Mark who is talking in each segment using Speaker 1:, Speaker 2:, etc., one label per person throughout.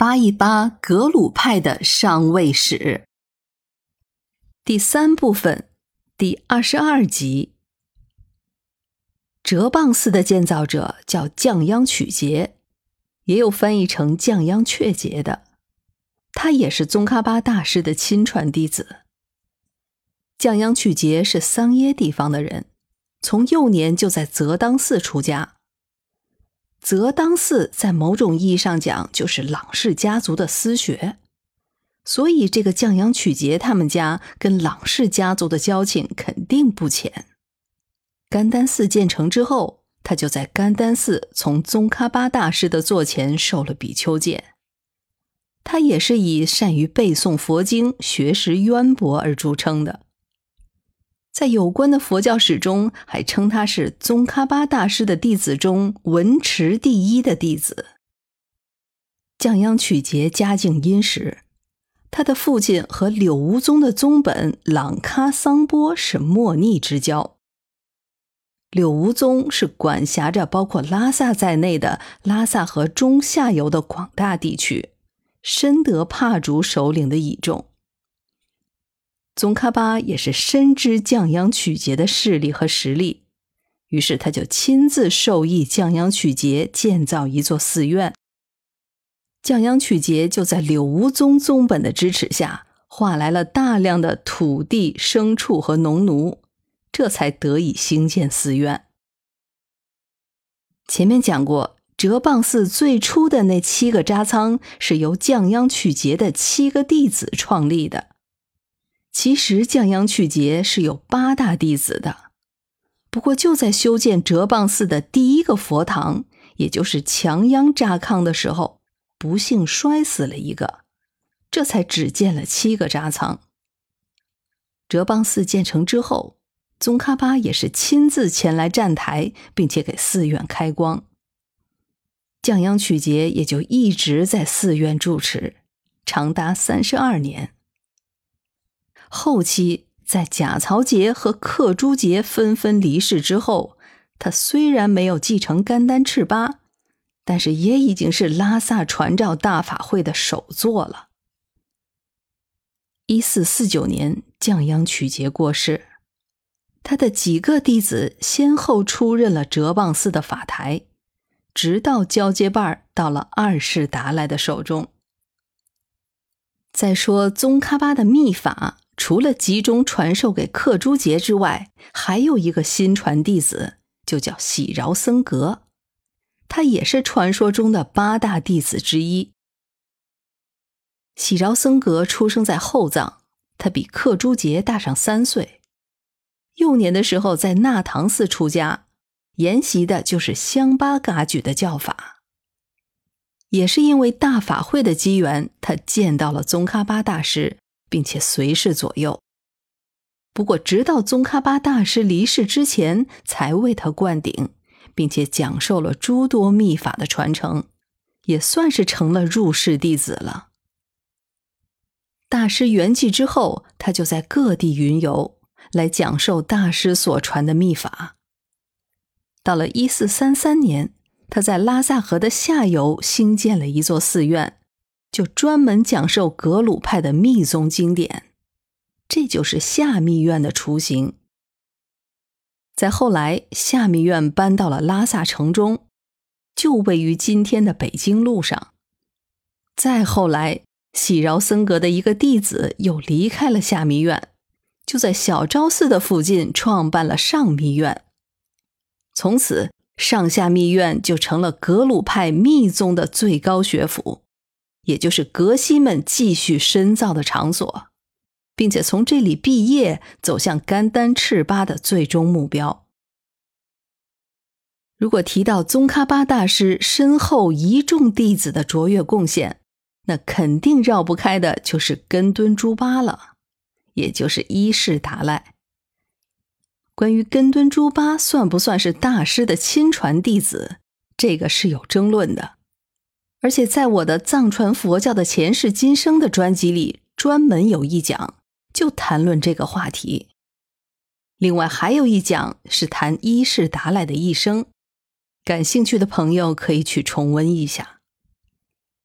Speaker 1: 扒一扒格鲁派的上位史。第3部分，第22集。哲蚌寺的建造者叫降央曲节，也有翻译成降央确节的，他也是宗喀巴大师的亲传弟子。降央曲节是桑耶地方的人，从幼年就在泽当寺出家。泽当寺在某种意义上讲就是朗氏家族的私学，所以这个降央曲节他们家跟朗氏家族的交情肯定不浅。甘丹寺建成之后，他就在甘丹寺从宗喀巴大师的座前受了比丘戒。他也是以善于背诵佛经、学识渊博而著称的。在有关的佛教史中，还称他是宗喀巴大师的弟子中文持第一的弟子。降央曲节家境殷实，他的父亲和柳无宗的宗本朗喀桑波是莫逆之交。柳无宗是管辖着包括拉萨在内的拉萨河中下游的广大地区，深得帕竹首领的倚重。宗喀巴也是深知降央曲节的势力和实力，于是他就亲自授意降央曲节建造一座寺院。降央曲节就在柳无宗宗本的支持下，划来了大量的土地、牲畜和农奴，这才得以兴建寺院。前面讲过，哲蚌寺最初的那7个扎仓是由降央曲节的7个弟子创立的。其实降央曲节是有8大弟子的，不过就在修建哲蚌寺的第1个佛堂，也就是强央扎康的时候，不幸摔死了一个，这才只建了7个扎仓。哲蚌寺建成之后，宗喀巴也是亲自前来站台，并且给寺院开光。降央曲节也就一直在寺院住持，长达32年。后期在贾曹节和克珠节纷纷离世之后，他虽然没有继承甘丹赤巴，但是也已经是拉萨传召大法会的首座了。1449年降央曲节过世，他的几个弟子先后出任了哲蚌寺的法台，直到交接棒到了二世达赖的手中。再说宗喀巴的密法，除了集中传授给克珠节之外，还有一个新传弟子，就叫喜饶僧格，他也是传说中的8大弟子之一。喜饶僧格出生在后藏，他比克珠节大上3岁。幼年的时候在纳唐寺出家，研习的就是香巴噶举的教法。也是因为大法会的机缘，他见到了宗喀巴大师，并且随侍左右。不过直到宗喀巴大师离世之前，才为他灌顶，并且讲授了诸多秘法的传承，也算是成了入室弟子了。大师圆寂之后，他就在各地云游，来讲授大师所传的秘法。到了1433年，他在拉萨河的下游兴建了一座寺院，就专门讲授格鲁派的密宗经典，这就是下密院的雏形。在后来，下密院搬到了拉萨城中，就位于今天的北京路上。再后来，喜饶僧格的一个弟子又离开了下密院，就在小昭寺的附近创办了上密院。从此，上下密院就成了格鲁派密宗的最高学府，也就是格西们继续深造的场所，并且从这里毕业，走向甘丹赤巴的最终目标。如果提到宗喀巴大师身后一众弟子的卓越贡献，那肯定绕不开的就是根敦珠巴了，也就是1世达赖。关于根敦珠巴算不算是大师的亲传弟子，这个是有争论的。而且在我的藏传佛教的前世今生的专辑里，专门有一讲就谈论这个话题。另外还有一讲是谈1世达赖的一生，感兴趣的朋友可以去重温一下。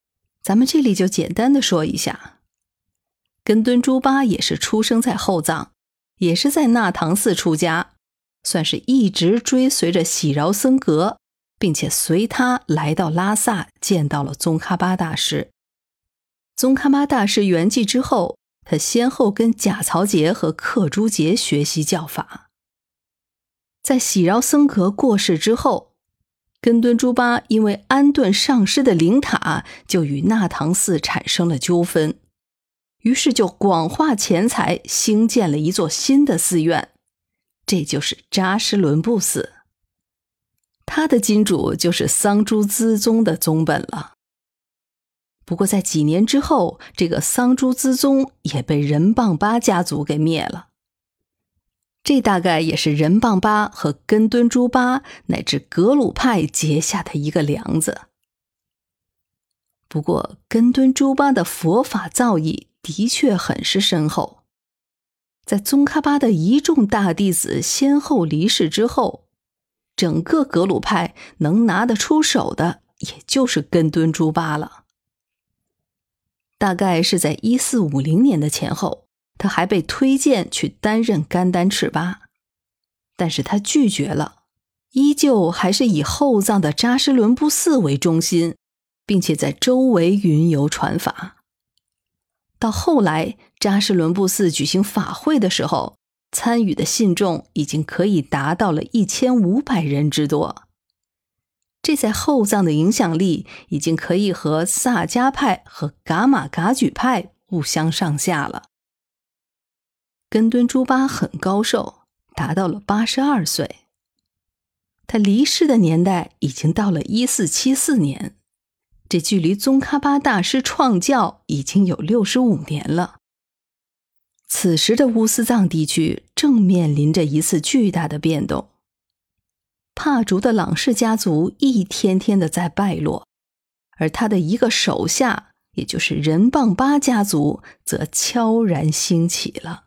Speaker 1: 咱们这里就简单的说一下，根敦朱巴也是出生在后藏，也是在纳唐寺出家，算是一直追随着喜饶僧格，并且随他来到拉萨见到了宗喀巴大师。宗喀巴大师圆寂之后，他先后跟贾曹杰和克珠杰学习教法。在喜饶僧格过世之后，根敦朱巴因为安顿上师的灵塔就与纳唐寺产生了纠纷，于是就广化钱财，兴建了一座新的寺院，这就是扎什伦布寺。他的金主就是桑珠孜宗的宗本了。不过在几年之后，这个桑珠孜宗也被仁磅巴家族给灭了。这大概也是仁磅巴和根敦朱巴乃至格鲁派结下的一个梁子。不过根敦朱巴的佛法造诣的确很是深厚，在宗喀巴的一众大弟子先后离世之后，整个格鲁派能拿得出手的也就是根敦朱巴了。大概是在1450年的前后，他还被推荐去担任甘丹赤巴，但是他拒绝了，依旧还是以后藏的扎什伦布寺为中心，并且在周围云游传法。到后来扎什伦布寺举行法会的时候，参与的信众已经可以达到了1500人之多。这在后藏的影响力已经可以和萨迦派和噶玛噶举派不相上下了。根敦朱巴很高寿，达到了82岁。他离世的年代已经到了1474年，这距离宗喀巴大师创教已经有65年了。此时的乌斯藏地区正面临着一次巨大的变动。帕竹的朗氏家族一天天的在败落，而他的一个手下，也就是仁磅巴家族，则悄然兴起了。